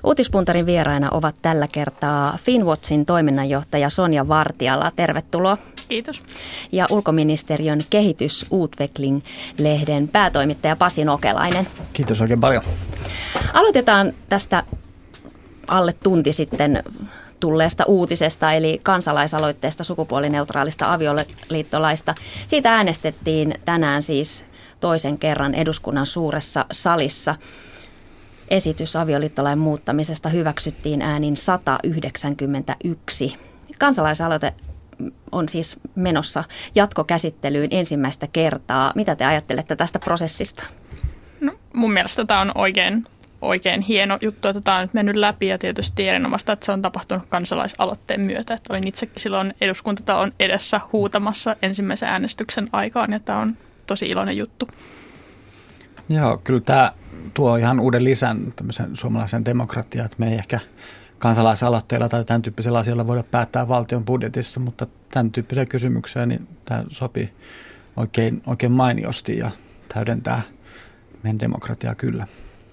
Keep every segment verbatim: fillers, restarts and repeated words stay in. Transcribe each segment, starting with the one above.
Uutispuntarin vieraina ovat tällä kertaa Finnwatchin toiminnanjohtaja Sonja Vartiala. Tervetuloa. Kiitos. Ja ulkoministeriön Kehitys-Utveckling-lehden päätoimittaja Pasi Nokelainen. Kiitos oikein paljon. Aloitetaan tästä alle tunti sitten tulleesta uutisesta, eli kansalaisaloitteesta sukupuolineutraalista avioliittolaista. Siitä äänestettiin tänään siis toisen kerran eduskunnan suuressa salissa. Esitys avioliittolain muuttamisesta hyväksyttiin äänin sata yhdeksänkymmentäyksi. Kansalaisaloite on siis menossa jatkokäsittelyyn ensimmäistä kertaa. Mitä te ajattelette tästä prosessista? No, mun mielestä tämä on oikein, oikein hieno juttu, että tämä on nyt mennyt läpi ja tietysti erinomaista, että se on tapahtunut kansalaisaloitteen myötä. Että olin itsekin silloin eduskuntatalon edessä huutamassa ensimmäisen äänestyksen aikaan ja tämä on tosi iloinen juttu. Joo, kyllä tämä tuo ihan uuden lisän tämmöisen suomalaisen demokratiaan, että me ei ehkä kansalaisaloitteilla tai tämän tyyppisellä asioilla voida päättää valtion budjetissa, mutta tämän tyyppisiä kysymyksiä niin tämä sopii oikein, oikein mainiosti ja täydentää meidän demokratiaa kyllä.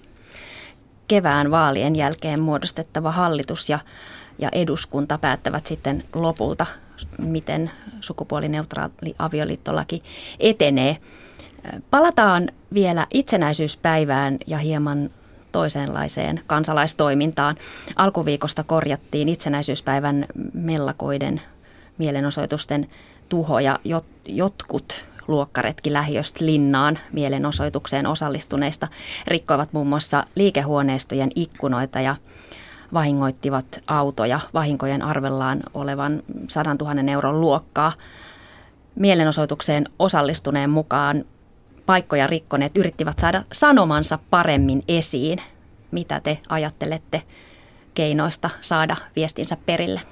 Kevään vaalien jälkeen muodostettava hallitus ja, ja eduskunta päättävät sitten lopulta, miten sukupuolineutraali avioliittolaki etenee. Palataan vielä itsenäisyyspäivään ja hieman toisenlaiseen kansalaistoimintaan. Alkuviikosta korjattiin itsenäisyyspäivän mellakoiden mielenosoitusten tuhoja. Jotkut luokkaretkilähiöstä Linnaan mielenosoitukseen osallistuneista rikkoivat muun muassa liikehuoneistojen ikkunoita ja vahingoittivat autoja. Vahinkojen arvellaan olevan sadantuhannen euron luokkaa. Mielenosoitukseen osallistuneen mukaan paikkoja rikkoneet yrittivät saada sanomansa paremmin esiin. Mitä te ajattelette keinoista saada viestinsä perille?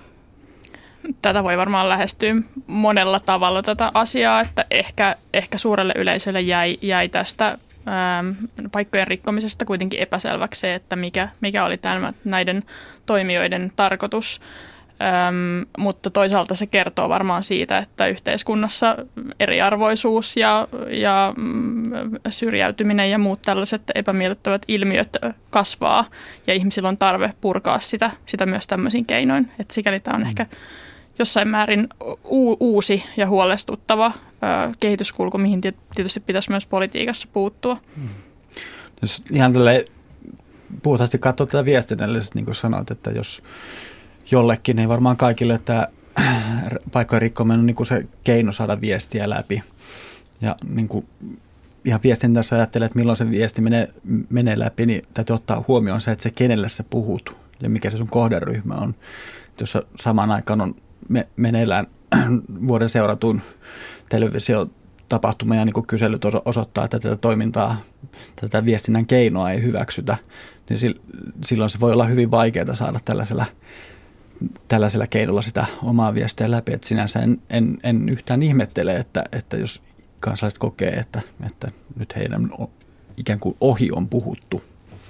Tätä voi varmaan lähestyä monella tavalla tätä asiaa, että ehkä, ehkä suurelle yleisölle jäi, jäi tästä ää, paikkojen rikkomisesta kuitenkin epäselväksi se, että mikä, mikä oli tämän, näiden toimijoiden tarkoitus. Öm, mutta toisaalta se kertoo varmaan siitä, että yhteiskunnassa eriarvoisuus ja, ja mm, syrjäytyminen ja muut tällaiset epämiellyttävät ilmiöt kasvaa ja ihmisillä on tarve purkaa sitä, sitä myös tämmöisin keinoin. Et sikäli tämä on mm. ehkä jossain määrin u- uusi ja huolestuttava ö, kehityskulku, mihin tietysti pitäisi myös politiikassa puuttua. Mm. Jos ihan tälleen puhtaasti katsoa tätä viestinnällisesti, niin kuin sanoit, että jos jollekin, ei varmaan kaikille, että paikkojen rikkominen on niin kuin se keino saada viestiä läpi. Ja niin kuin ihan viestintässä ajattelee, että milloin se viesti menee, menee läpi, niin täytyy ottaa huomioon se, että se kenelle sä puhut ja mikä se sun kohderyhmä on. Että jos samaan aikaan on me, meneillään vuoden seuratun televisiotapahtuma ja niin kuin kyselyt osoittaa, että tätä toimintaa, tätä viestinnän keinoa ei hyväksytä, niin silloin se voi olla hyvin vaikeaa saada tällaisella tällaisella keinolla sitä omaa viestiä läpi, että sinänsä en, en, en yhtään ihmettele, että, että jos kansalaiset kokee, että, että nyt heidän ikään kuin ohi on puhuttu.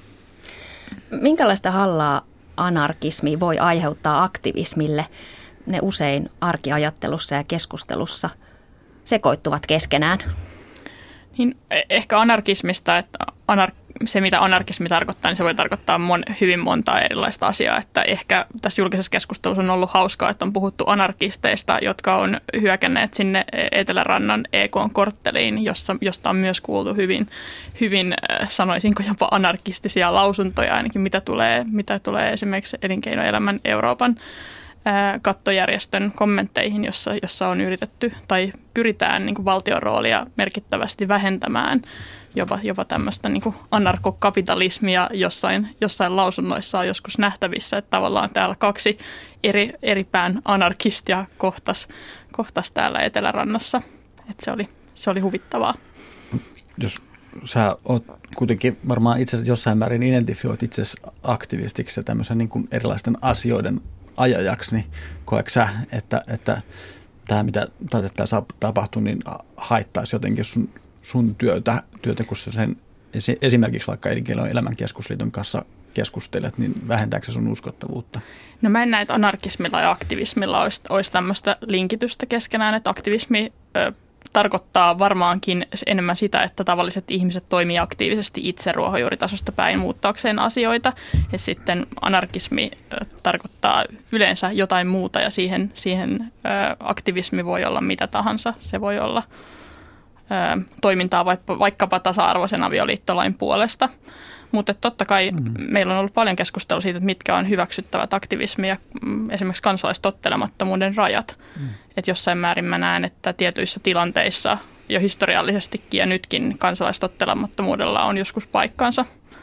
Minkälaista hallaa anarkismi voi aiheuttaa aktivismille? Ne usein arkiajattelussa ja keskustelussa sekoittuvat keskenään. Niin, ehkä anarkismista, että anar- se mitä anarkismi tarkoittaa, niin se voi tarkoittaa mon- hyvin montaa erilaista asiaa. Että ehkä tässä julkisessa keskustelussa on ollut hauskaa, että on puhuttu anarkisteista, jotka on hyökänneet sinne Etelärannan E K-kortteliin, jossa, josta on myös kuultu hyvin, hyvin sanoisinko jopa anarkistisia lausuntoja, ainakin mitä tulee, mitä tulee esimerkiksi Elinkeinoelämän Euroopan kattojärjestön kommentteihin, jossa, jossa on yritetty tai pyritään niin kuin valtion roolia merkittävästi vähentämään, jopa, jopa tämmöistä niin kuin anarkokapitalismia jossain, jossain lausunnoissa on joskus nähtävissä, että tavallaan täällä kaksi eri, eri pään anarkistia kohtas, kohtas täällä Etelärannassa. Että se oli, se oli huvittavaa. Jos sä oot kuitenkin varmaan itse jossain määrin identifioit itsesi aktivistiksi ja tämmöisen niin kuin erilaisten asioiden ajajaksi, niin koetko sä, että, että tämä mitä taitettaa tapahtuu, niin haittaisi jotenkin sun, sun työtä, työtä, kun sä sen esimerkiksi vaikka Elinkeinoelämän keskusliiton kanssa keskustelet, niin vähentääkö se sun uskottavuutta? No mä en näe, että anarkismilla ja aktivismilla olisi, olisi tämmöistä linkitystä keskenään, että aktivismi ö, tarkoittaa varmaankin enemmän sitä, että tavalliset ihmiset toimii aktiivisesti itse ruohonjuuritasosta päin muuttaakseen asioita. Ja sitten anarkismi tarkoittaa yleensä jotain muuta ja siihen, siihen aktivismi voi olla mitä tahansa. Se voi olla toimintaa vaikkapa tasa-arvoisen avioliittolain puolesta. Mutta totta kai mm. meillä on ollut paljon keskustelua siitä, että mitkä on hyväksyttävät aktivismi ja esimerkiksi kansalaistottelemattomuuden rajat. Mm. Että jossain määrin mä näen, että tietyissä tilanteissa jo historiallisestikin ja nytkin kansalaistottelemattomuudella on joskus paikkansa.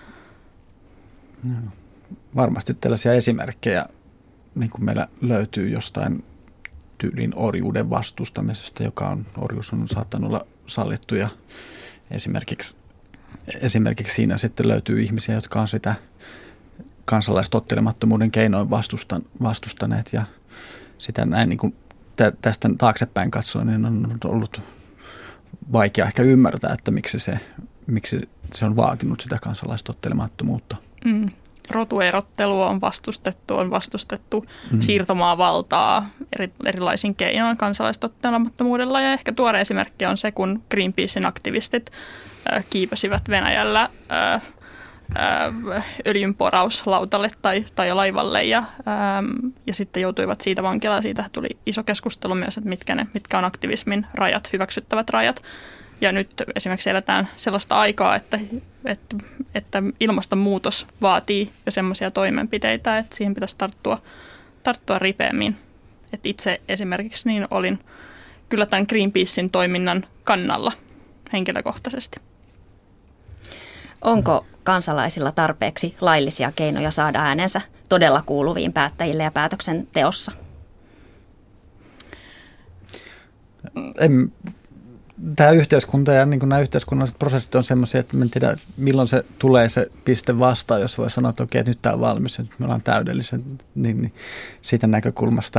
No, varmasti tällaisia esimerkkejä niin kuin meillä löytyy jostain tyylin orjuuden vastustamisesta, joka on, orjuus on saattanut olla sallittu ja esimerkiksi Esimerkiksi siinä sitten löytyy ihmisiä, jotka on sitä kansalaistottelemattomuuden keinoin vastustan, vastustaneet ja sitä näin niin kuin tästä taaksepäin katsoen niin on ollut vaikea ehkä ymmärtää, että miksi se, miksi se on vaatinut sitä kansalaistottelemattomuutta. Mm. Rotuerottelua on vastustettu, on vastustettu mm. siirtomaavaltaa eri, erilaisin keinoin kansalaistottelemattomuudella ja ehkä tuore esimerkki on se, kun Greenpeacein aktivistit kiipesivät Venäjällä ää, ää, öljynporauslautalle tai, tai laivalle ja, ää, ja sitten joutuivat siitä vankilaan. Siitä tuli iso keskustelu myös, että mitkä, ne, mitkä on aktivismin rajat, hyväksyttävät rajat. Ja nyt esimerkiksi eletään sellaista aikaa, että, että, että ilmastonmuutos vaatii jo semmoisia toimenpiteitä, että siihen pitäisi tarttua, tarttua ripeämmin. Et itse esimerkiksi niin olin kyllä tämän Greenpeacein toiminnan kannalla henkilökohtaisesti. Onko kansalaisilla tarpeeksi laillisia keinoja saada äänensä todella kuuluviin päättäjille ja päätöksenteossa? En, tämä yhteiskunta ja niin kuin nämä yhteiskunnalliset prosessit on sellaisia, että en tiedä milloin se tulee se piste vastaan, jos voi sanoa, että okei, nyt tämä on valmis, nyt me ollaan täydellisen, niin, niin siitä näkökulmasta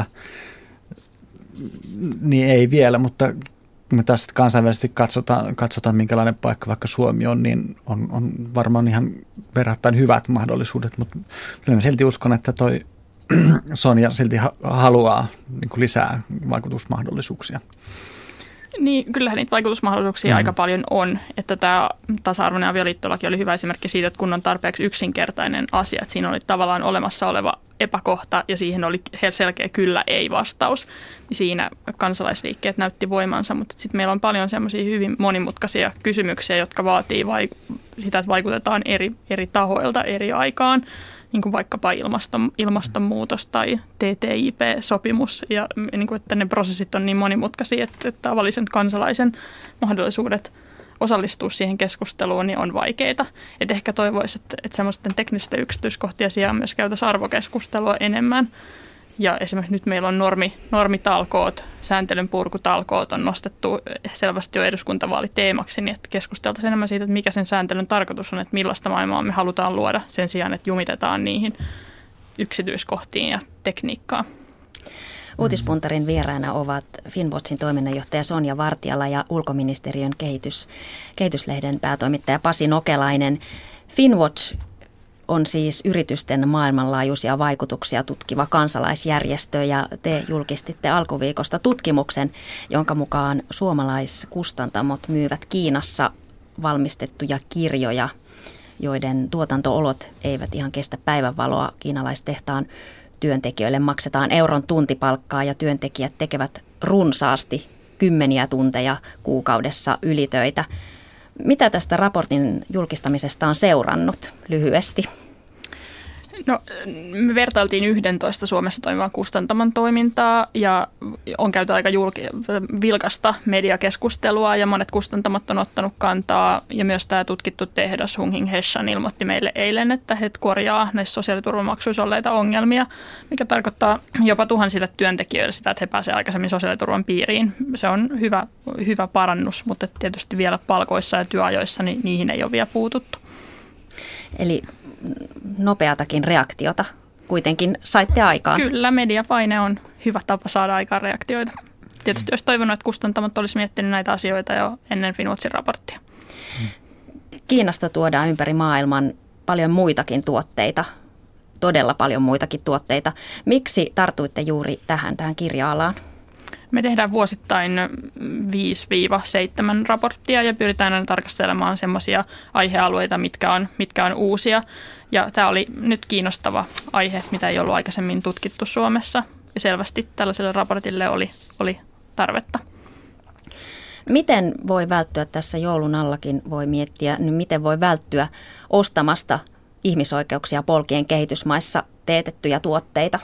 niin ei vielä, mutta kun me taas kansainvälisesti katsotaan, katsotaan, minkälainen paikka vaikka Suomi on, niin on, on varmaan ihan verrattain hyvät mahdollisuudet, mutta kyllä mä silti uskon, että toi Sonja silti haluaa niin kuin lisää vaikutusmahdollisuuksia. Niin, kyllähän niitä vaikutusmahdollisuuksia mm. aika paljon on, että tämä tasa-arvoinen avioliittolaki oli hyvä esimerkki siitä, että kun on tarpeeksi yksinkertainen asia, että siinä oli tavallaan olemassa oleva epäkohta ja siihen oli selkeä kyllä ei vastaus, niin siinä kansalaisliikkeet näytti voimansa, mutta sitten meillä on paljon semmoisia hyvin monimutkaisia kysymyksiä, jotka vaatii vaik- sitä, että vaikutetaan eri, eri tahoilta eri aikaan, niin kuin vaikkapa ilmaston, ilmastonmuutos tai T T I P-sopimus, ja niin kuin, että ne prosessit on niin monimutkaisia, että, että tavallisen kansalaisen mahdollisuudet osallistua siihen keskusteluun niin on vaikeita. Et ehkä toivoisi, että, että semmoisten teknisten yksityiskohtia sijaan myös käytäisiin arvokeskustelua enemmän. Ja esimerkiksi nyt meillä on normi, normitalkoot, sääntelyn purkutalkoot on nostettu selvästi jo eduskuntavaaliteemaksi, niin että keskusteltaisiin enemmän siitä, että mikä sen sääntelyn tarkoitus on, että millaista maailmaa me halutaan luoda sen sijaan, että jumitetaan niihin yksityiskohtiin ja tekniikkaan. Uutispuntarin vieraana ovat Finnwatchin toiminnanjohtaja Sonja Vartiala ja ulkoministeriön kehitys, kehityslehden päätoimittaja Pasi Nokelainen. Finnwatch on siis yritysten maailmanlaajuisia vaikutuksia tutkiva kansalaisjärjestö ja te julkistitte alkuviikosta tutkimuksen, jonka mukaan suomalaiskustantamot myyvät Kiinassa valmistettuja kirjoja, joiden tuotanto-olot eivät ihan kestä päivänvaloa. Kiinalaistehtaan työntekijöille maksetaan euron tuntipalkkaa ja työntekijät tekevät runsaasti kymmeniä tunteja kuukaudessa ylitöitä. Mitä tästä raportin julkistamisesta on seurannut lyhyesti? No, me vertailtiin yhdentoista Suomessa toimivan kustantamon toimintaa ja on käyty aika julki, vilkasta mediakeskustelua ja monet kustantamot on ottanut kantaa. Ja myös tämä tutkittu tehdas Hung-Hing Heshan ilmoitti meille eilen, että he korjaa näissä sosiaaliturvamaksuissa olleita ongelmia, mikä tarkoittaa jopa tuhansille työntekijöille sitä, että he pääsevät aikaisemmin sosiaaliturvan piiriin. Se on hyvä, hyvä parannus, mutta tietysti vielä palkoissa ja työajoissa niin niihin ei ole vielä puututtu. Eli nopeatakin reaktiota kuitenkin saitte aikaan. Kyllä, mediapaine on hyvä tapa saada aikaan reaktioita. Tietysti olisi toivonut, että kustantamot olisi miettinyt näitä asioita jo ennen Finnwatchin raporttia. Kiinasta tuodaan ympäri maailman paljon muitakin tuotteita, todella paljon muitakin tuotteita. Miksi tartuitte juuri tähän, tähän kirja-alaan? Me tehdään vuosittain viisi seitsemän raporttia ja pyritään aina tarkastelemaan semmoisia aihealueita, mitkä on, mitkä on uusia. Ja tämä oli nyt kiinnostava aihe, mitä ei ollut aikaisemmin tutkittu Suomessa. Ja selvästi tällaiselle raportille oli, oli tarvetta. Miten voi välttyä tässä joulun allakin, voi miettiä, niin miten voi välttyä ostamasta ihmisoikeuksia polkien kehitysmaissa teetettyjä tuotteita?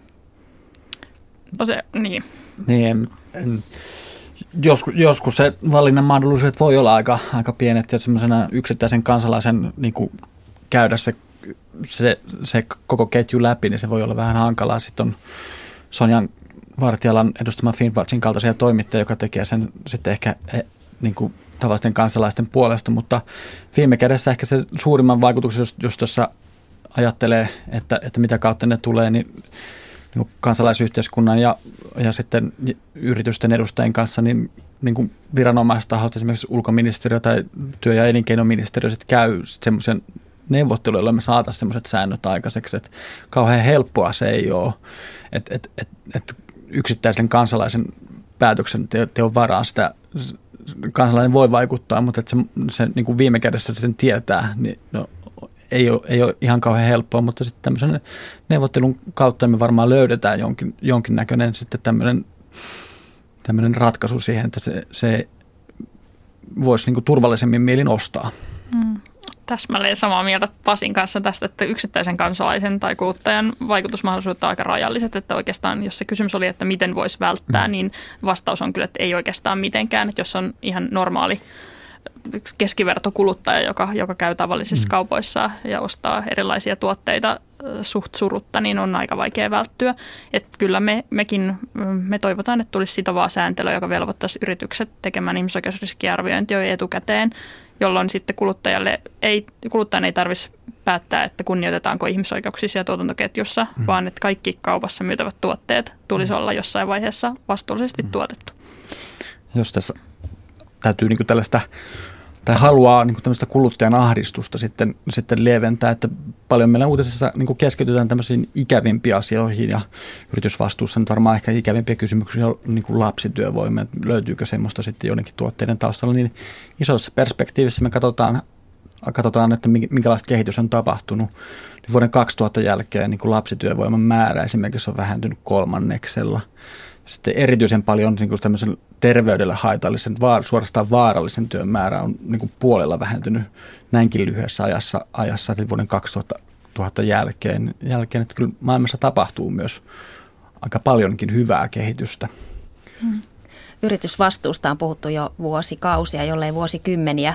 No se, niin. Niin, en, en, joskus, joskus se valinnan mahdollisuudet voi olla aika, aika pienet ja semmoisena yksittäisen kansalaisen niin kuin käydä se, se, se koko ketju läpi, niin se voi olla vähän hankalaa. Sitten on Sonjan Vartialan edustama Finnwatchin kaltaisia toimittajia, joka tekee sen sitten ehkä niin kuin tavallisten kansalaisten puolesta, mutta viime kädessä ehkä se suurimman vaikutuksen, jos, jos tuossa ajattelee, että, että mitä kautta ne tulee, niin niin kansalaisyhteiskunnan ja, ja sitten yritysten edustajien kanssa niin, niin kuin viranomaistahot, esimerkiksi ulkoministeriö tai työ- ja elinkeinoministeriö sitten käy semmoisen neuvotteluja, joilla me saataisiin semmoiset säännöt aikaiseksi, että kauhean helppoa se ei ole, että et, et, et yksittäisen kansalaisen päätöksenteon varaan sitä kansalainen voi vaikuttaa, mutta että se, se niin kuin viime kädessä sen tietää, niin no, ei ole, ei ole ihan kauhean helppoa, mutta sitten tämmöisen neuvottelun kautta me varmaan löydetään jonkin, jonkinnäköinen sitten tämmöinen, tämmöinen ratkaisu siihen, että se, se voisi niin kuin turvallisemmin mielin ostaa. Mm. Täsmälleen samaa mieltä Pasin kanssa tästä, että yksittäisen kansalaisen tai kuluttajan vaikutusmahdollisuudet on aika rajalliset, että oikeastaan jos se kysymys oli, että miten voisi välttää, mm. niin vastaus on kyllä, että ei oikeastaan mitenkään, että jos on ihan normaali keskivertokuluttaja, joka, joka käy tavallisissa mm. kaupoissa ja ostaa erilaisia tuotteita suht surutta, niin on aika vaikea välttyä. Että kyllä me, mekin me toivotaan, että tulisi sitovaa sääntelyä, joka velvoittaisi yritykset tekemään ihmisoikeusriskiarviointia jo etukäteen, jolloin sitten kuluttajalle ei, kuluttajan ei tarvitsisi päättää, että kunnioitetaanko ihmisoikeuksia siellä tuotantoketjussa, mm. vaan että kaikki kaupassa myytävät tuotteet tulisi mm. olla jossain vaiheessa vastuullisesti mm. tuotettu. Jos tässä täytyy niin kuin tällaista, tai haluaa niin kuin tämmöistä kuluttajan ahdistusta sitten, sitten lieventää, että paljon meillä uutisissa niin kuin keskitytään tämmöisiin ikävimpiin asioihin ja yritysvastuussa nyt varmaan ehkä ikävimpiä kysymyksiä on niin kuin lapsityövoima, että löytyykö semmoista sitten joidenkin tuotteiden taustalla, niin isossa perspektiivissä me katsotaan, katsotaan että minkälaista kehitys on tapahtunut. Niin vuoden kaksituhatta jälkeen niin kuin lapsityövoiman määrä esimerkiksi on vähentynyt kolmanneksella. Sitten erityisen paljon niin kuin tämmöisen terveydelle haitallisen, vaar, suorastaan vaarallisen työn määrä on niin kuin puolella vähentynyt näinkin lyhyessä ajassa, ajassa eli vuoden kaksituhatta jälkeen, jälkeen. Että kyllä maailmassa tapahtuu myös aika paljonkin hyvää kehitystä. Hmm. Yritysvastuusta on puhuttu jo vuosikausia, jollei vuosikymmeniä.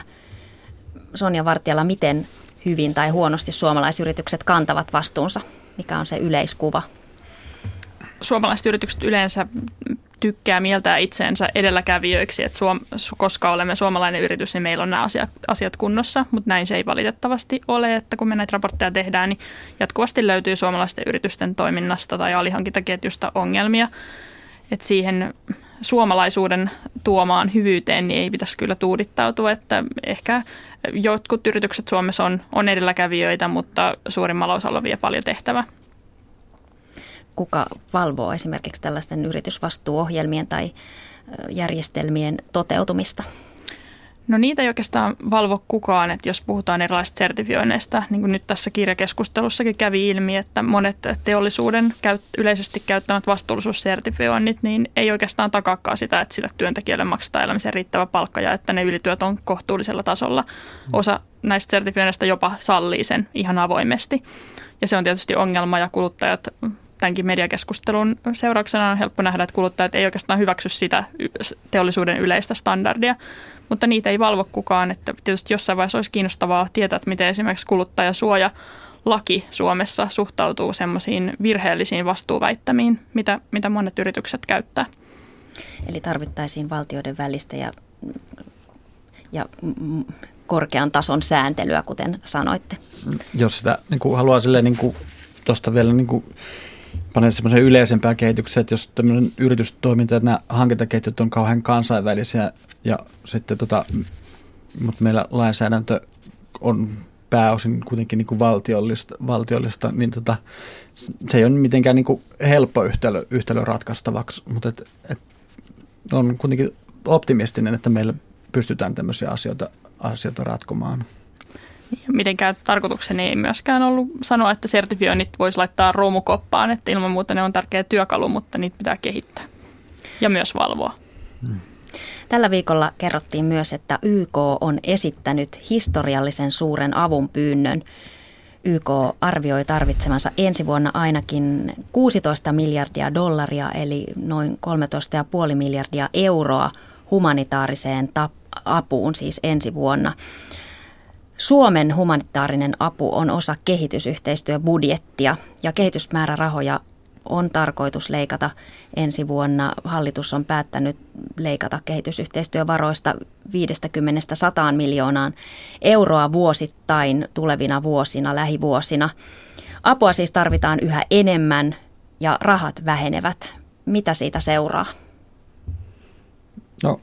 Sonja Vartiala, miten hyvin tai huonosti suomalaisyritykset kantavat vastuunsa? Mikä on se yleiskuva? Suomalaiset yritykset yleensä tykkää mieltää itseensä edelläkävijöiksi, että Suom- koska olemme suomalainen yritys, niin meillä on nämä asiat, asiat kunnossa, mutta näin se ei valitettavasti ole, että kun me näitä raportteja tehdään, niin jatkuvasti löytyy suomalaisten yritysten toiminnasta tai alihankintaketjusta ongelmia, että siihen suomalaisuuden tuomaan hyvyyteen niin ei pitäisi kyllä tuudittautua, että ehkä jotkut yritykset Suomessa on, on edelläkävijöitä, mutta suurimmalla osalla on vielä paljon tehtävää. Kuka valvoo esimerkiksi tällaisten yritysvastuuohjelmien tai järjestelmien toteutumista? No niitä ei oikeastaan valvo kukaan, että jos puhutaan erilaisista sertifioinneista, niin kuin nyt tässä kirjakeskustelussakin kävi ilmi, että monet teollisuuden yleisesti käyttämät vastuullisuussertifioinnit, niin ei oikeastaan takaakaan sitä, että sille työntekijälle maksetaan elämisen riittävä palkka ja että ne ylityöt on kohtuullisella tasolla. Osa näistä sertifioinneista jopa sallii sen ihan avoimesti ja se on tietysti ongelma ja kuluttajat tämänkin mediakeskustelun seurauksena on helppo nähdä, että kuluttajat ei oikeastaan hyväksy sitä teollisuuden yleistä standardia, mutta niitä ei valvo kukaan. Että tietysti jossain vaiheessa olisi kiinnostavaa tietää, että miten esimerkiksi kuluttajasuojalaki Suomessa suhtautuu semmoisiin virheellisiin vastuuväittämiin, mitä, mitä monet yritykset käyttää. Eli tarvittaisiin valtioiden välistä ja, ja korkean tason sääntelyä, kuten sanoitte. Jos sitä niin kuin haluaa silleen niin kuin tuosta vielä niin kuin panee semmoisen yleisempään kehitykseen, että jos tämmöinen yritystoiminta, että nämä hankintaketjut on kauhean kansainvälisiä ja sitten tota, mutta meillä lainsäädäntö on pääosin kuitenkin niin kuin valtiollista, valtiollista, niin tota, se ei ole mitenkään niin kuin helppo yhtälö, yhtälö ratkaistavaksi, mutta et, et on kuitenkin optimistinen, että meillä pystytään tämmöisiä asioita, asioita ratkomaan. Mitenkään tarkoitukseni ei myöskään ollut sanoa, että sertifioinnit voisi laittaa romukoppaan, että ilman muuta ne on tärkeä työkalu, mutta niitä pitää kehittää ja myös valvoa. Hmm. Tällä viikolla kerrottiin myös, että Y K on esittänyt historiallisen suuren avunpyynnön. Y K arvioi tarvitsemansa ensi vuonna ainakin kuusitoista miljardia dollaria, eli noin kolmetoista pilkku viisi miljardia euroa humanitaariseen tap- apuun siis ensi vuonna. Suomen humanitaarinen apu on osa kehitysyhteistyöbudjettia ja kehitysmäärärahoja on tarkoitus leikata ensi vuonna. Hallitus on päättänyt leikata kehitysyhteistyövaroista viisikymmentä sataan miljoonaan euroa vuosittain tulevina vuosina, lähivuosina. Apua siis tarvitaan yhä enemmän ja rahat vähenevät. Mitä siitä seuraa? No,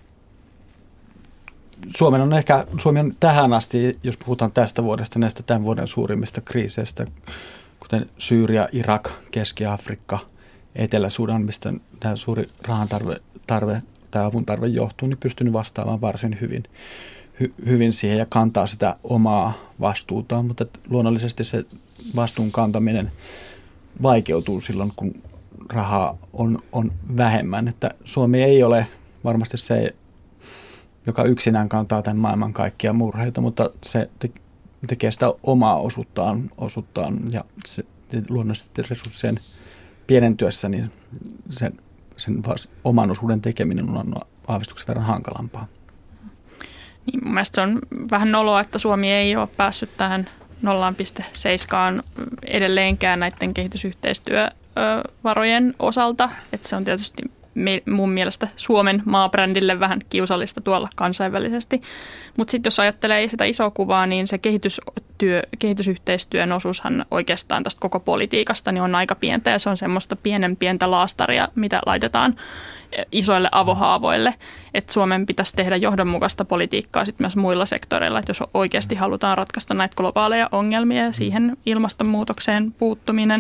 Suomen on ehkä, Suomi on tähän asti, jos puhutaan tästä vuodesta, näistä tämän vuoden suurimmista kriiseistä, kuten Syyria, Irak, Keski-Afrikka, Etelä-Sudan, mistä tämä suuri rahan tarve, tarve tai avun tarve johtuu, niin pystynyt vastaamaan varsin hyvin, hy, hyvin siihen ja kantaa sitä omaa vastuutaan, mutta luonnollisesti se vastuun kantaminen vaikeutuu silloin, kun rahaa on, on vähemmän. Että Suomi ei ole varmasti se, joka yksinään kantaa tämän maailman kaikkia murheita, mutta se tekee sitä omaa osuuttaan, osuuttaan ja se, luonnollisesti resurssien pienentyessä, niin sen, sen oman osuuden tekeminen on aavistuksen verran hankalampaa. Niin, mun mielestä se on vähän noloa, että Suomi ei ole päässyt tähän nolla pilkku seitsemään edelleenkään näiden kehitysyhteistyövarojen osalta. Että se on tietysti mun mielestä Suomen maabrändille vähän kiusallista tuolla kansainvälisesti. Mutta sitten jos ajattelee sitä isoa kuvaa, niin se kehitystyö, kehitysyhteistyön osuushan oikeastaan tästä koko politiikasta niin on aika pientä. Ja se on semmoista pienen pientä laastaria, mitä laitetaan isoille avohaavoille. Että Suomen pitäisi tehdä johdonmukaista politiikkaa sitten myös muilla sektoreilla. Että jos oikeasti halutaan ratkaista näitä globaaleja ongelmia ja siihen ilmastonmuutokseen puuttuminen,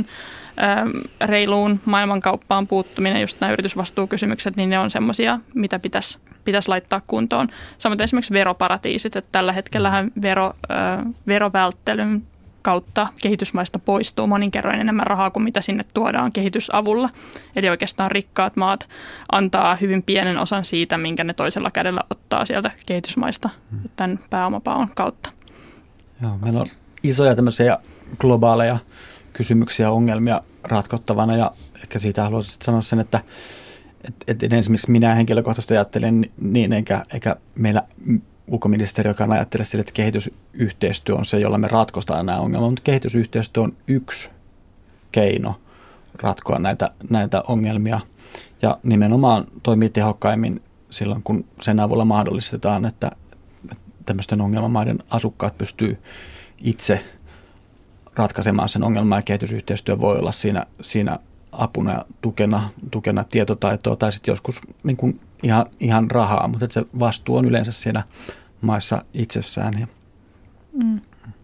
reiluun maailmankauppaan puuttuminen, just nämä yritysvastuukysymykset, niin ne on semmoisia, mitä pitäisi, pitäisi laittaa kuntoon. Samoin esimerkiksi veroparatiisit, että tällä hetkellähän vero, verovälttelyn kautta kehitysmaista poistuu monin kerroin enemmän rahaa kuin mitä sinne tuodaan kehitysavulla. Eli oikeastaan rikkaat maat antaa hyvin pienen osan siitä, minkä ne toisella kädellä ottaa sieltä kehitysmaista tämän pääomapaon kautta. Joo, meillä on isoja tämmöisiä globaaleja kysymyksiä, ongelmia ratkottavana ja ehkä siitä haluaisin sanoa sen, että et, et esimerkiksi minä henkilökohtaisesti ajattelen niin, eikä, eikä meillä ulkoministeriökään ajattele sille, että kehitysyhteistyö on se, jolla me ratkotaan nämä ongelmat, mutta kehitysyhteistyö on yksi keino ratkoa näitä, näitä ongelmia ja nimenomaan toimii tehokkaimmin silloin, kun sen avulla mahdollistetaan, että tämmöisten ongelmamaiden asukkaat pystyy itse ratkaisemaan sen ongelman ja kehitysyhteistyö voi olla siinä, siinä apuna ja tukena, tukena tietotaitoa tai sitten joskus niin kuin ihan, ihan rahaa, mutta se vastuu on yleensä siinä maissa itsessään. Mm.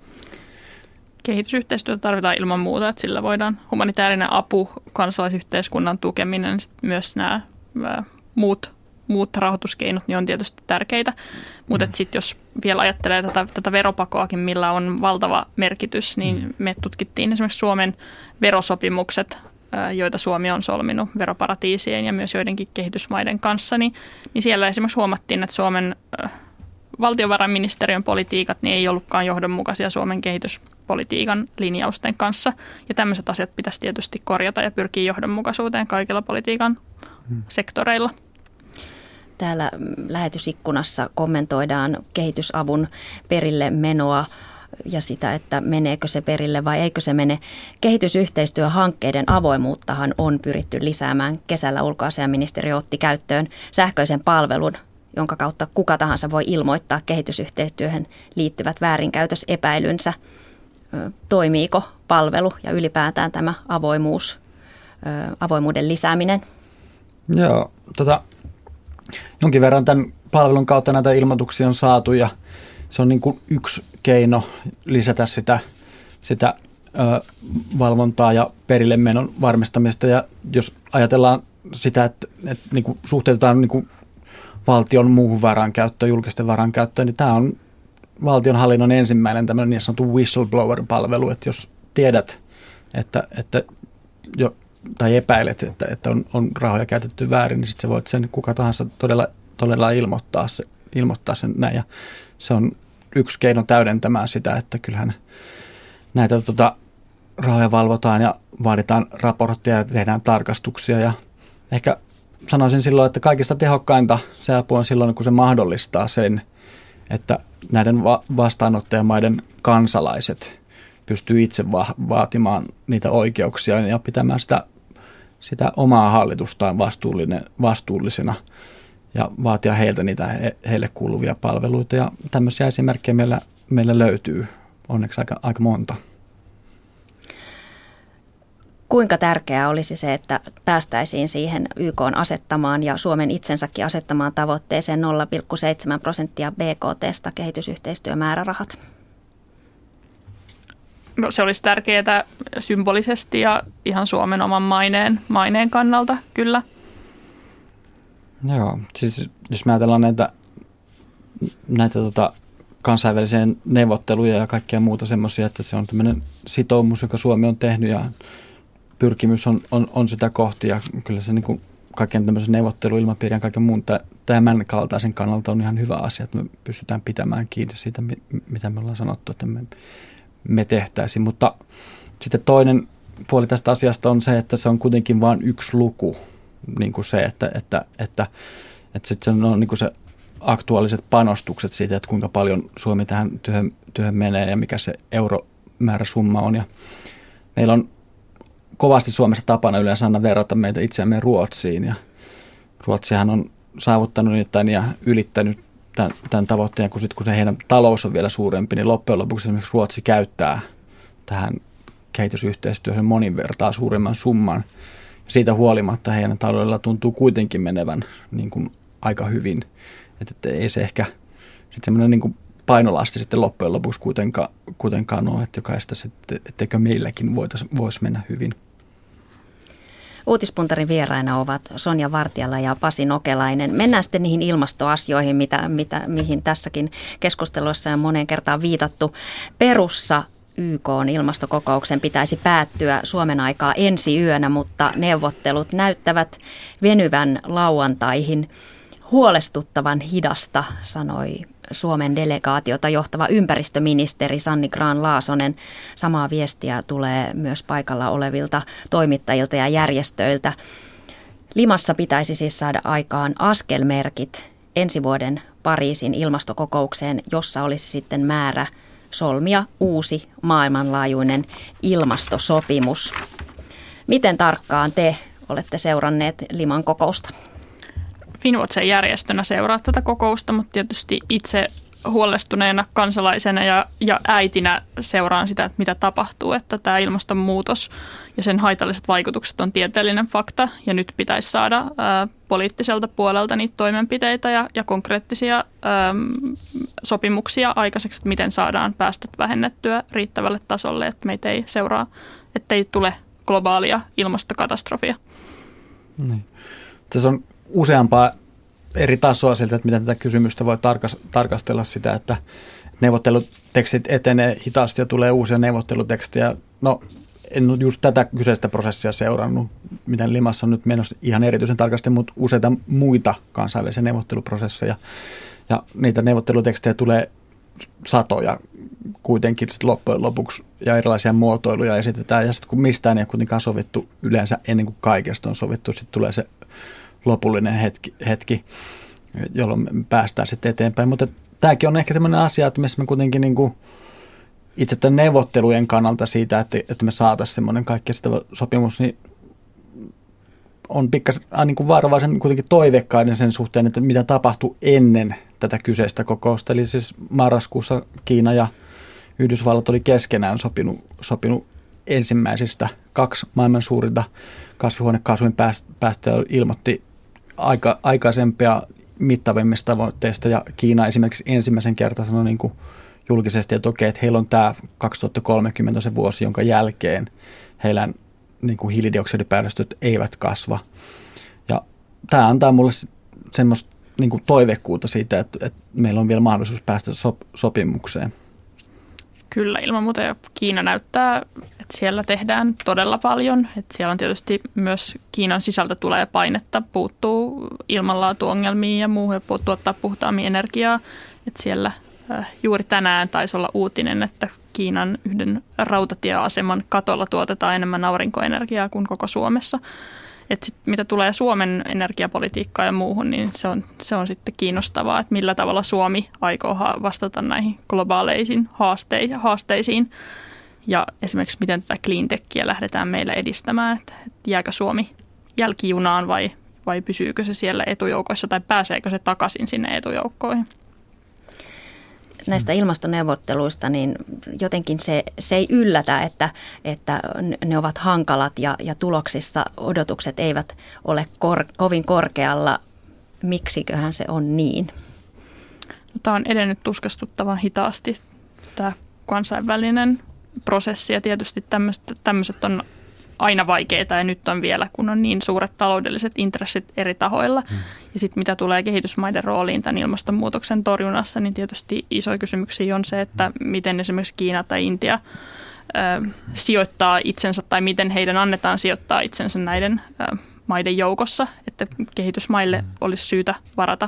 Kehitysyhteistyötä tarvitaan ilman muuta, että sillä voidaan humanitaarinen apu, kansalaisyhteiskunnan tukeminen, myös nämä ää, muut, muut rahoituskeinot niin on tietysti tärkeitä, mutta mm. sitten jos vielä ajattelee tätä, tätä veropakoakin, millä on valtava merkitys, niin mm. me tutkittiin esimerkiksi Suomen verosopimukset, joita Suomi on solminut veroparatiisien ja myös joidenkin kehitysmaiden kanssa, niin, niin siellä esimerkiksi huomattiin, että Suomen äh, valtiovarainministeriön politiikat niin ei ollutkaan johdonmukaisia Suomen kehityspolitiikan linjausten kanssa. Ja tämmöiset asiat pitäisi tietysti korjata ja pyrkiä johdonmukaisuuteen kaikilla politiikan hmm. sektoreilla. Täällä lähetysikkunassa kommentoidaan kehitysavun perille menoa ja sitä, että meneekö se perille vai eikö se mene. Kehitysyhteistyöhankkeiden avoimuuttahan on pyritty lisäämään. Kesällä ulkoasiainministeriö otti käyttöön sähköisen palvelun, jonka kautta kuka tahansa voi ilmoittaa kehitysyhteistyöhön liittyvät väärinkäytösepäilynsä. Toimiiko palvelu ja ylipäätään tämä avoimuus, avoimuuden lisääminen? Joo, tota, jonkin verran tämän palvelun kautta näitä ilmoituksia on saatu ja se on niin kuin yksi keino lisätä sitä, sitä ö, valvontaa ja perille menon varmistamista. Ja jos ajatellaan sitä, että, että niin kuin suhteutetaan niin kuin valtion muuhun varankäyttöön, julkisten varankäyttöön, niin tämä on valtionhallinnon ensimmäinen tämmöinen niin sanottu whistleblower-palvelu, että jos tiedät, että, että jo, tai epäilet, että, että on, on rahoja käytetty väärin, niin sitten sä voit sen kuka tahansa todella, todella ilmoittaa, se, ilmoittaa sen näin. Ja se on yksi keino täydentämään sitä, että kyllähän näitä tota, rahoja valvotaan ja vaaditaan raporttia ja tehdään tarkastuksia. Ja ehkä sanoisin silloin, että kaikista tehokkainta se apu on silloin, kun se mahdollistaa sen, että näiden va- vastaanottajamaiden kansalaiset pystyy itse va- vaatimaan niitä oikeuksia ja pitämään sitä, sitä omaa hallitustaan vastuullisena ja vaatia heiltä niitä he, heille kuuluvia palveluita. Ja tämmöisiä esimerkkejä meillä, meillä löytyy onneksi aika, aika monta. Kuinka tärkeää olisi se, että päästäisiin siihen Y K:n asettamaan ja Suomen itsensäkin asettamaan tavoitteeseen nolla pilkku seitsemän prosenttia B K T:sta kehitysyhteistyömäärärahat? No, se olisi tärkeää symbolisesti ja ihan Suomen oman maineen, maineen kannalta, kyllä. Joo, siis jos me ajatellaan näitä, näitä tota, kansainvälisiä neuvotteluja ja kaikkea muuta semmoisia, että se on tämmöinen sitoumus, joka Suomi on tehnyt ja pyrkimys on, on, on sitä kohti ja kyllä se niin kuin kaiken tämmöisen neuvotteluilmapiirin ja kaiken muun tämän kaltaisen kannalta on ihan hyvä asia, että me pystytään pitämään kiinni siitä, mitä me ollaan sanottu, että me, me tehtäisiin. Mutta sitten toinen puoli tästä asiasta on se, että se on kuitenkin vain yksi luku, niin kuin se, että, että, että, että sitten se on niin kuin se aktuaaliset panostukset siitä, että kuinka paljon Suomi tähän työhön, työhön menee ja mikä se euromääräsumma on. Ja meillä on kovasti Suomessa tapana yleensä aina verrata meitä itseämme Ruotsiin ja Ruotsihan on saavuttanut jotain ja ylittänyt tämän, tämän tavoitteen, kun, sit, kun se heidän talous on vielä suurempi, niin loppujen lopuksi esimerkiksi Ruotsi käyttää tähän kehitysyhteistyöhön monin vertaa suuremman summan. Siitä huolimatta heidän taloudella tuntuu kuitenkin menevän niin kuin aika hyvin, että, että ei se ehkä sitten semmoinen niin kuin painolasti sitten loppujen lopuksi kuitenkaan, kuitenkaan ole, että jokaista sitten, etteikö meilläkin voisi mennä hyvin. Uutispuntarin vieraina ovat Sonja Vartiala ja Pasi Nokelainen. Mennään sitten niihin ilmastoasioihin, mitä, mitä, mihin tässäkin keskustelussa on moneen kertaan viitattu. Perussa Y K:n ilmastokokouksen pitäisi päättyä Suomen aikaa ensi yönä, mutta neuvottelut näyttävät venyvän lauantaihin. Huolestuttavan hidasta, sanoi Suomen delegaatiota johtava ympäristöministeri Sanni Grahn-Laasonen. Samaa viestiä tulee myös paikalla olevilta toimittajilta ja järjestöiltä. Limassa pitäisi siis saada aikaan askelmerkit ensi vuoden Pariisin ilmastokokoukseen, jossa olisi sitten määrä solmia uusi maailmanlaajuinen ilmastosopimus. Miten tarkkaan te olette seuranneet Liman kokousta? Finnwatchin järjestönä seuraa tätä kokousta, mutta tietysti itse huolestuneena kansalaisena ja, ja äitinä seuraan sitä, että mitä tapahtuu, että tämä ilmastonmuutos ja sen haitalliset vaikutukset on tieteellinen fakta ja nyt pitäisi saada ää, poliittiselta puolelta niitä toimenpiteitä ja, ja konkreettisia ää, sopimuksia aikaiseksi, että miten saadaan päästöt vähennettyä riittävälle tasolle, että meitä ei seuraa, ettei tule globaalia ilmastokatastrofia. Niin. Tässä on useampaa eri tasoa siltä, että miten tätä kysymystä voi tarkastella sitä, että neuvottelutekstit etenee hitaasti ja tulee uusia neuvottelutekstejä. No, en ole just tätä kyseistä prosessia seurannut, miten Limassa on nyt menossa ihan erityisen tarkasti, mutta useita muita kansainvälisiä neuvotteluprosesseja. Ja niitä neuvottelutekstejä tulee satoja kuitenkin loppujen lopuksi ja erilaisia muotoiluja esitetään. Ja sitten kun mistään ei ole kuitenkaan sovittu, yleensä ennen kuin kaikesta on sovittu, sitten tulee se lopullinen hetki, hetki jolloin me päästään sitten eteenpäin. Mutta tämäkin on ehkä semmoinen asia, että missä me kuitenkin niin kuin itse tämän neuvottelujen kannalta siitä, että, että me saataisiin semmoinen kaikkestävä sopimus, niin on pikkasen niin kuin varovaisen kuitenkin toiveikkaiden sen suhteen, että mitä tapahtui ennen tätä kyseistä kokousta. Eli siis marraskuussa Kiina ja Yhdysvallat oli keskenään sopinut, sopinut ensimmäisistä kaksi maailman suurinta kasvihuonekaasujen päästöjä ilmoitti aika, aikaisempia mittavimmista tavoitteista ja Kiina esimerkiksi ensimmäisen kertaa sanoi niin kuin julkisesti, että okei, että heillä on tämä kaksituhattakolmekymmentä se vuosi, jonka jälkeen heidän niin kuin hiilidioksidipäästöt eivät kasva. Ja tämä antaa mulle semmoista niin kuin toivekkuutta siitä, että, että meillä on vielä mahdollisuus päästä sop, sopimukseen. Kyllä, ilman muuta. Ja Kiina näyttää, että siellä tehdään todella paljon. Että siellä on tietysti myös Kiinan sisältä tulee painetta, puuttuu ilmanlaatuongelmiin ja muuhun ja tuottaa puhtaammin energiaa. Että siellä äh, juuri tänään taisi olla uutinen, että Kiinan yhden rautatieaseman katolla tuotetaan enemmän aurinkoenergiaa kuin koko Suomessa. Että sit, mitä tulee Suomen energiapolitiikkaan ja muuhun, niin se on, se on sitten kiinnostavaa, että millä tavalla Suomi aikoo vastata näihin globaaleihin haasteisiin. Ja esimerkiksi miten tätä cleantechia lähdetään meillä edistämään, että jääkö Suomi jälkijunaan vai, vai pysyykö se siellä etujoukoissa tai pääseekö se takaisin sinne etujoukkoihin. Näistä ilmastoneuvotteluista, niin jotenkin se, se ei yllätä, että, että ne ovat hankalat ja, ja tuloksista odotukset eivät ole kor, kovin korkealla. Miksiköhän se on niin? No, tämä on edennyt tuskastuttavan hitaasti, tämä kansainvälinen prosessi, ja tietysti tämmöiset on aina vaikeita ja nyt on vielä, kun on niin suuret taloudelliset intressit eri tahoilla. Hmm. Ja sitten mitä tulee kehitysmaiden rooliin tämän ilmastonmuutoksen torjunnassa, niin tietysti isoja kysymyksiä on se, että miten esimerkiksi Kiina tai Intia ö, sijoittaa itsensä tai miten heidän annetaan sijoittaa itsensä näiden ö, maiden joukossa, että kehitysmaille olisi syytä varata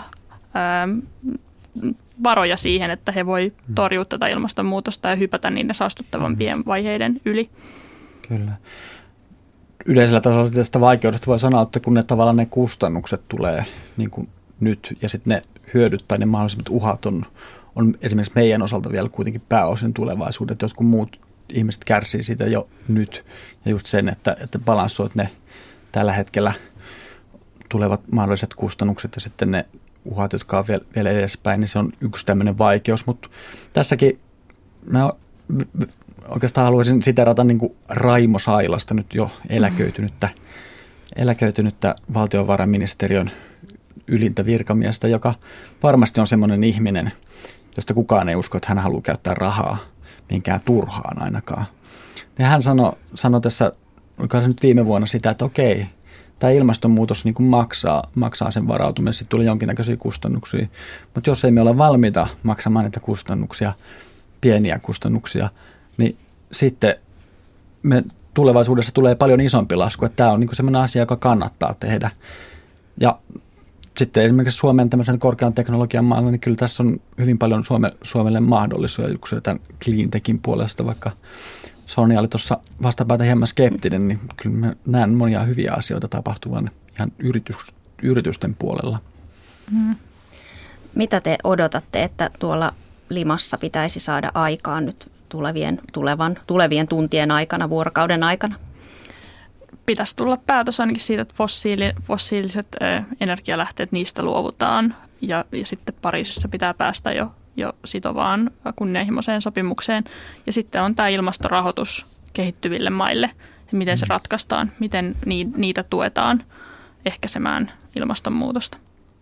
ö, varoja siihen, että he voi torjua tätä ilmastonmuutosta ja hypätä niiden saastuttavampien vaiheiden yli. Kyllä. Yleisellä tasolla tästä vaikeudesta voi sanoa, että kun ne tavallaan ne kustannukset tulee niin kuin nyt ja sitten ne hyödyt tai ne mahdollisimmat uhat on, on esimerkiksi meidän osalta vielä kuitenkin pääosin tulevaisuudet. Jotkut muut ihmiset kärsii siitä jo nyt ja just sen, että, että balanssoit ne tällä hetkellä tulevat mahdolliset kustannukset ja sitten ne uhat, jotka on vielä, vielä edespäin, niin se on yksi tämmöinen vaikeus. Mutta tässäkin mä oikeastaan haluaisin siterata niin kuin Raimo Sailasta, nyt jo eläköitynyttä, eläköitynyttä valtiovarainministeriön ylintä virkamiestä, joka varmasti on semmoinen ihminen, josta kukaan ei usko, että hän haluaa käyttää rahaa minkään turhaan ainakaan. Ja hän sanoi, sanoi tässä, olikohan se nyt viime vuonna sitä, että okei, tämä ilmastonmuutos niin kuin maksaa, maksaa sen varautumisen, sitten tuli jonkinnäköisiä kustannuksia, mutta jos ei me ole valmiita maksamaan niitä kustannuksia, pieniä kustannuksia, niin sitten me tulevaisuudessa tulee paljon isompi lasku, että tämä on niin kuin sellainen asia, joka kannattaa tehdä. Ja sitten esimerkiksi Suomen tämmöisen korkean teknologian maalla, niin kyllä tässä on hyvin paljon Suome, Suomelle mahdollisuuksia tämän cleantechin puolesta, vaikka Sonja oli tuossa vastapäätä hieman skeptinen, niin kyllä mä näen monia hyviä asioita tapahtuvan ihan yritys, yritysten puolella. Hmm. Mitä te odotatte, että tuolla Limassa pitäisi saada aikaan nyt tulevien, tulevan, tulevien tuntien aikana, vuorokauden aikana? Pitäisi tulla päätös ainakin siitä, että fossiili, fossiiliset ö, energialähteet, niistä luovutaan ja, ja sitten Pariisissa pitää päästä jo, jo sitovaan kunnianhimoiseen sopimukseen. Ja sitten on tämä ilmastorahoitus kehittyville maille ja miten se ratkaistaan, miten ni, niitä tuetaan ehkäisemään ilmastonmuutosta.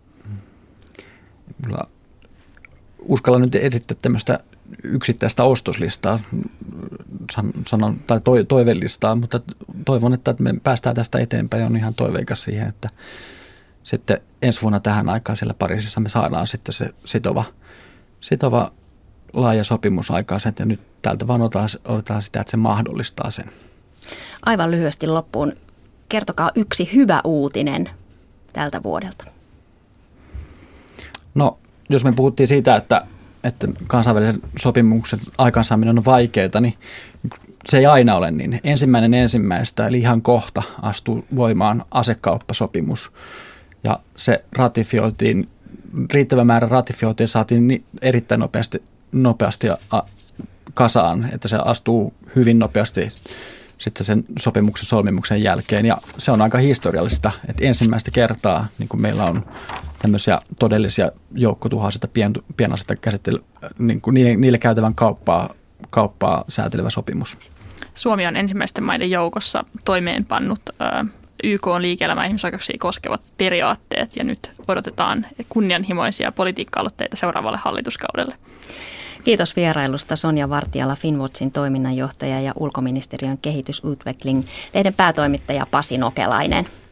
Mulla uskallan nyt esittää tämmöistä yksittäistä ostoslistaa, sanon, tai toivelistaa, mutta toivon, että me päästään tästä eteenpäin. On ihan toiveikas siihen, että sitten ensi vuonna tähän aikaan siellä Pariisissa me saadaan sitten se sitova, sitova laaja sopimus aikaan sen, ja nyt täältä vaan otetaan, otetaan sitä, että se mahdollistaa sen. Aivan lyhyesti loppuun. Kertokaa yksi hyvä uutinen tältä vuodelta. No, jos me puhuttiin siitä, että, että kansainvälisen sopimuksen aikaansaaminen on vaikeaa, niin se ei aina ole niin. Ensimmäinen ensimmäistä, eli ihan kohta astuu voimaan asekauppasopimus, ja se ratifioitiin, riittävä määrä ratifioitiin, saatiin erittäin nopeasti, nopeasti kasaan, että se astuu hyvin nopeasti sitten sen sopimuksen solmimuksen jälkeen. Ja se on aika historiallista, että ensimmäistä kertaa niin kuin meillä on tämmöisiä todellisia joukkotuhoaseita, pienaseita käsittely, niin kuin niille, niille käytävän kauppaa, kauppaa säätelevä sopimus. Suomi on ensimmäisten maiden joukossa toimeenpannut ä, Y K:n liike-elämän ihmisoikeuksia koskevat periaatteet, ja nyt odotetaan kunnianhimoisia politiikka-aloitteita seuraavalle hallituskaudelle. Kiitos vierailusta Sonja Vartiala, Finnwatchin toiminnanjohtaja, ja ulkoministeriön kehitysutveckling lehden päätoimittaja Pasi Nokelainen.